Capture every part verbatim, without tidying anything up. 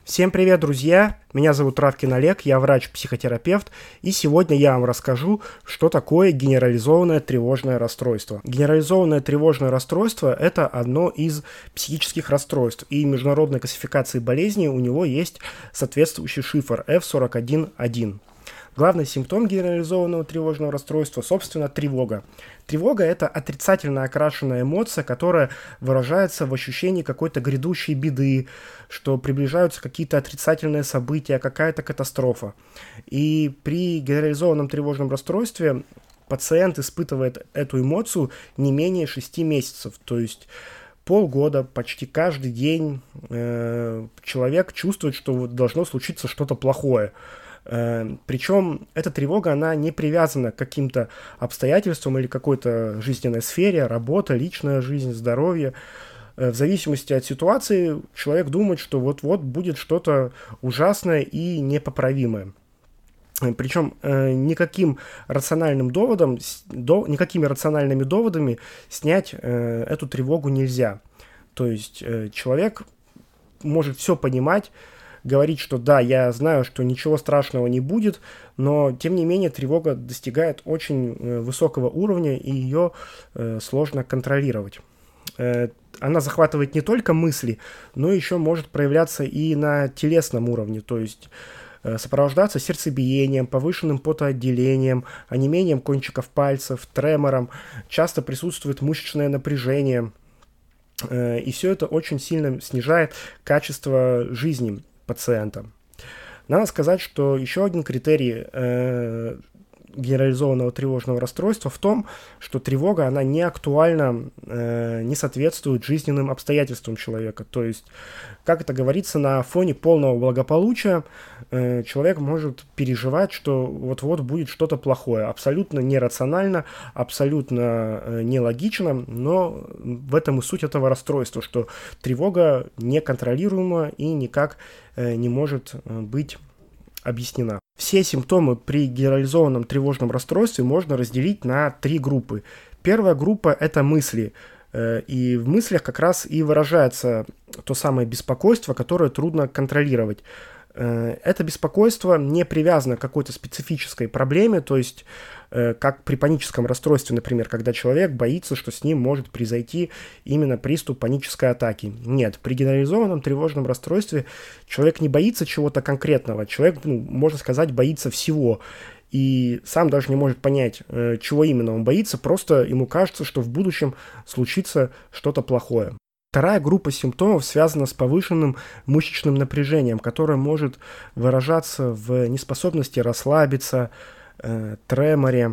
Всем привет, друзья! Меня зовут Травкин Олег, я врач-психотерапевт, и сегодня я вам расскажу, что такое генерализованное тревожное расстройство. Генерализованное тревожное расстройство – это одно из психических расстройств, и в международной классификации болезней у него есть соответствующий шифр эф сорок один один. Главный симптом генерализованного тревожного расстройства, собственно, тревога. Тревога – это отрицательно окрашенная эмоция, которая выражается в ощущении какой-то грядущей беды, что приближаются какие-то отрицательные события, какая-то катастрофа. И при генерализованном тревожном расстройстве пациент испытывает эту эмоцию не менее шести месяцев, то есть полгода, почти каждый день э, человек чувствует, что должно случиться что-то плохое. Причем эта тревога, она не привязана к каким-то обстоятельствам или какой-то жизненной сфере, работа, личная жизнь, здоровье. В зависимости от ситуации человек думает, что вот-вот будет что-то ужасное и непоправимое. Причем никаким рациональным доводом, до, никакими рациональными доводами снять эту тревогу нельзя. То есть человек может все понимать, говорить, что да, я знаю, что ничего страшного не будет, но тем не менее тревога достигает очень э, высокого уровня, и ее э, сложно контролировать. Э, она захватывает не только мысли, но еще может проявляться и на телесном уровне, то есть э, сопровождаться сердцебиением, повышенным потоотделением, онемением кончиков пальцев, тремором, часто присутствует мышечное напряжение, э, и все это очень сильно снижает качество жизни пациента. Надо сказать, что еще один критерий э, генерализованного тревожного расстройства в том, что тревога, она не актуальна, э, не соответствует жизненным обстоятельствам человека. То есть, как это говорится, на фоне полного благополучия э, человек может переживать, что вот-вот будет что-то плохое. Абсолютно нерационально, абсолютно э, нелогично, но в этом и суть этого расстройства, что тревога неконтролируема и никак э, не может э, быть объяснена. Все симптомы при генерализованном тревожном расстройстве можно разделить на три группы. Первая группа – это мысли. И в мыслях как раз и выражается то самое беспокойство, которое трудно контролировать. Это беспокойство не привязано к какой-то специфической проблеме, то есть как при паническом расстройстве, например, когда человек боится, что с ним может произойти именно приступ панической атаки. Нет, при генерализованном тревожном расстройстве человек не боится чего-то конкретного, человек, ну, можно сказать, боится всего. И сам даже не может понять, чего именно он боится, просто ему кажется, что в будущем случится что-то плохое. Вторая группа симптомов связана с повышенным мышечным напряжением, которое может выражаться в неспособности расслабиться, э, треморе,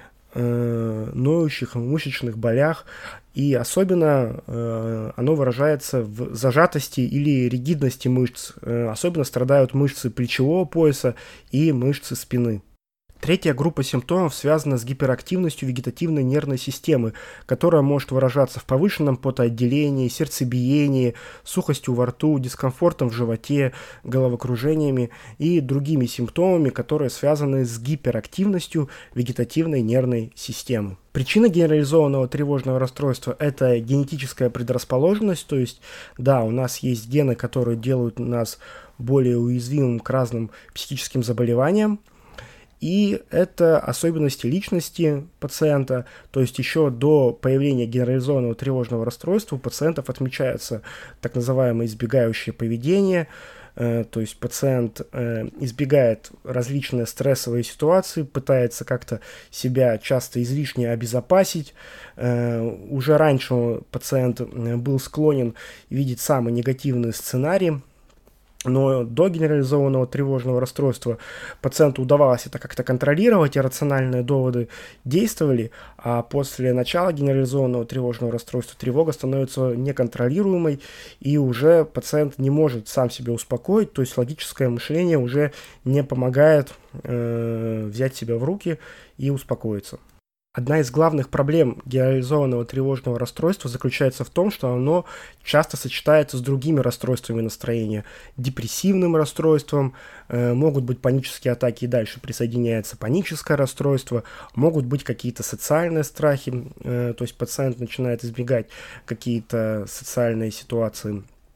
э, ноющих мышечных болях, и особенно э, оно выражается в зажатости или ригидности мышц. Э, особенно страдают мышцы плечевого пояса и мышцы спины. Третья группа симптомов связана с гиперактивностью вегетативной нервной системы, которая может выражаться в повышенном потоотделении, сердцебиении, сухостью во рту, дискомфортом в животе, головокружениями и другими симптомами, которые связаны с гиперактивностью вегетативной нервной системы. Причина генерализованного тревожного расстройства – это генетическая предрасположенность, то есть, да, у нас есть гены, которые делают нас более уязвимым к разным психическим заболеваниям, и это особенности личности пациента, то есть еще до появления генерализованного тревожного расстройства у пациентов отмечается так называемое избегающее поведение, э, то есть пациент э, избегает различные стрессовые ситуации, пытается как-то себя часто излишне обезопасить. Э, уже раньше пациент был склонен видеть самый негативный сценарий. Но до генерализованного тревожного расстройства пациенту удавалось это как-то контролировать, и рациональные доводы действовали, а после начала генерализованного тревожного расстройства тревога становится неконтролируемой, и уже пациент не может сам себя успокоить, то есть логическое мышление уже не помогает э, взять себя в руки и успокоиться. Одна из главных проблем генерализованного тревожного расстройства заключается в том, что оно часто сочетается с другими расстройствами настроения, депрессивным расстройством, э, могут быть панические атаки, и дальше присоединяется паническое расстройство, могут быть какие-то социальные страхи, э, то есть пациент начинает избегать какие-то социальные ситуации.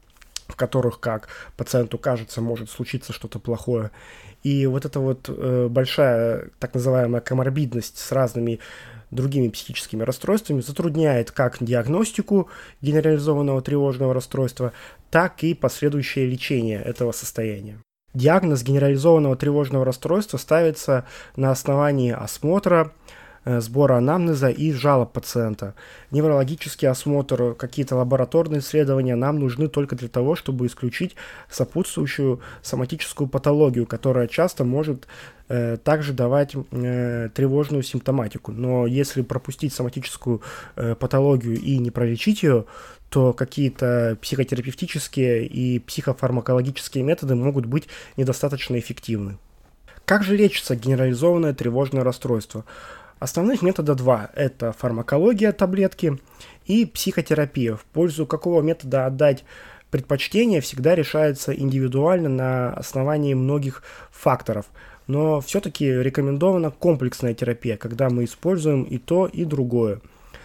в которых, как пациенту кажется, может случиться что-то плохое. И вот эта вот э, большая так называемая коморбидность с разными другими психическими расстройствами затрудняет как диагностику генерализованного тревожного расстройства, так и последующее лечение этого состояния. Диагноз генерализованного тревожного расстройства ставится на основании осмотра, сбора анамнеза и жалоб пациента. Неврологический осмотр, какие-то лабораторные исследования нам нужны только для того, чтобы исключить сопутствующую соматическую патологию, которая часто может э, также давать э, тревожную симптоматику. Но если пропустить соматическую э, патологию и не пролечить ее, то какие-то психотерапевтические и психофармакологические методы могут быть недостаточно эффективны. Как же лечится генерализованное тревожное расстройство? Основных метода два. Это фармакология, таблетки, и психотерапия. В пользу какого метода отдать предпочтение всегда решается индивидуально на основании многих факторов. Но все-таки рекомендована комплексная терапия, когда мы используем и то, и другое.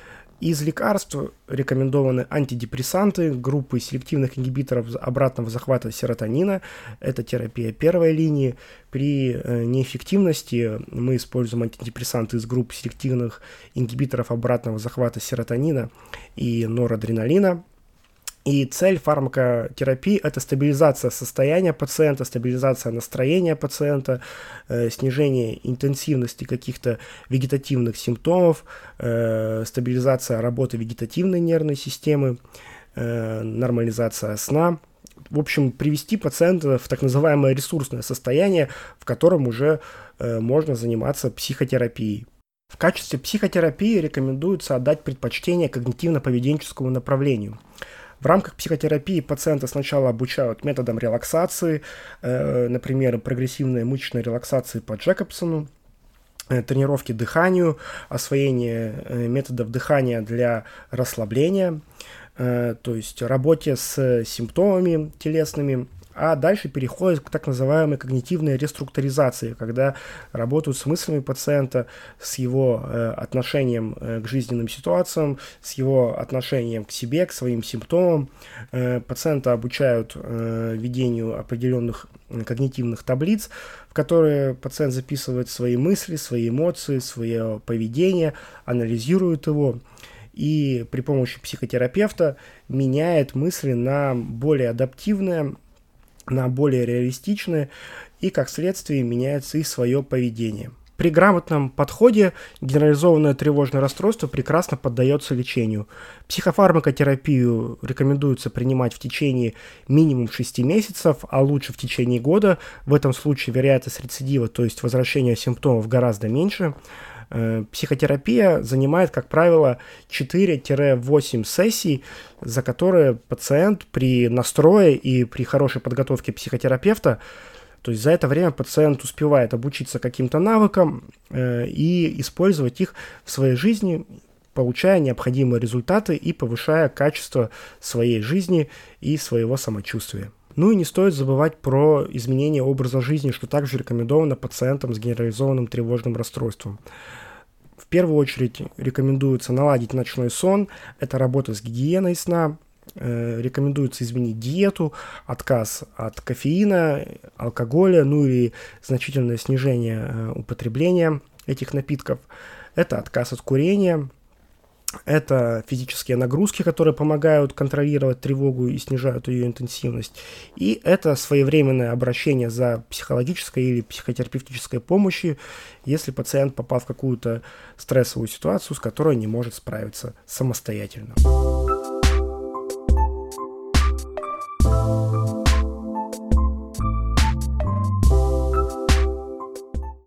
Из лекарств рекомендованы антидепрессанты, группы селективных ингибиторов обратного захвата серотонина. Это терапия первой линии. При э, неэффективности мы используем антидепрессанты из групп селективных ингибиторов обратного захвата серотонина и норадреналина. И цель фармакотерапии – это стабилизация состояния пациента, стабилизация настроения пациента, э, снижение интенсивности каких-то вегетативных симптомов, э, стабилизация работы вегетативной нервной системы, э, нормализация сна. В общем, привести пациента в так называемое ресурсное состояние, в котором уже э, можно заниматься психотерапией. В качестве психотерапии рекомендуется отдать предпочтение когнитивно-поведенческому направлению. В рамках психотерапии пациента сначала обучают методам релаксации, э, например, прогрессивной мышечной релаксации по Джекобсону, э, тренировки дыханию, освоение э, методов дыхания для расслабления, э, то есть работе с симптомами телесными, а дальше переходит к так называемой когнитивной реструктуризации, когда работают с мыслями пациента, с его э, отношением э, к жизненным ситуациям, с его отношением к себе, к своим симптомам. Э, пациента обучают э, ведению определенных когнитивных таблиц, в которые пациент записывает свои мысли, свои эмоции, свое поведение, анализирует его. И при помощи психотерапевта меняет мысли на более адаптивные, на более реалистичное, и как следствие меняется и свое поведение. При грамотном подходе генерализованное тревожное расстройство прекрасно поддается лечению. Психофармакотерапию рекомендуется принимать в течение минимум шести месяцев, а лучше в течение года. В этом случае вероятность рецидива, то есть возвращения симптомов, гораздо меньше. Психотерапия занимает, как правило, четыре-восемь сессий, за которые пациент при настрое и при хорошей подготовке психотерапевта, то есть за это время пациент успевает обучиться каким-то навыкам э, и использовать их в своей жизни, получая необходимые результаты и повышая качество своей жизни и своего самочувствия. Ну и не стоит забывать про изменение образа жизни, что также рекомендовано пациентам с генерализованным тревожным расстройством. В первую очередь рекомендуется наладить ночной сон, это работа с гигиеной сна, э, рекомендуется изменить диету, отказ от кофеина, алкоголя, ну или значительное снижение э, употребления этих напитков. Это отказ от курения. Это физические нагрузки, которые помогают контролировать тревогу и снижают ее интенсивность. И это своевременное обращение за психологической или психотерапевтической помощью, если пациент попал в какую-то стрессовую ситуацию, с которой не может справиться самостоятельно.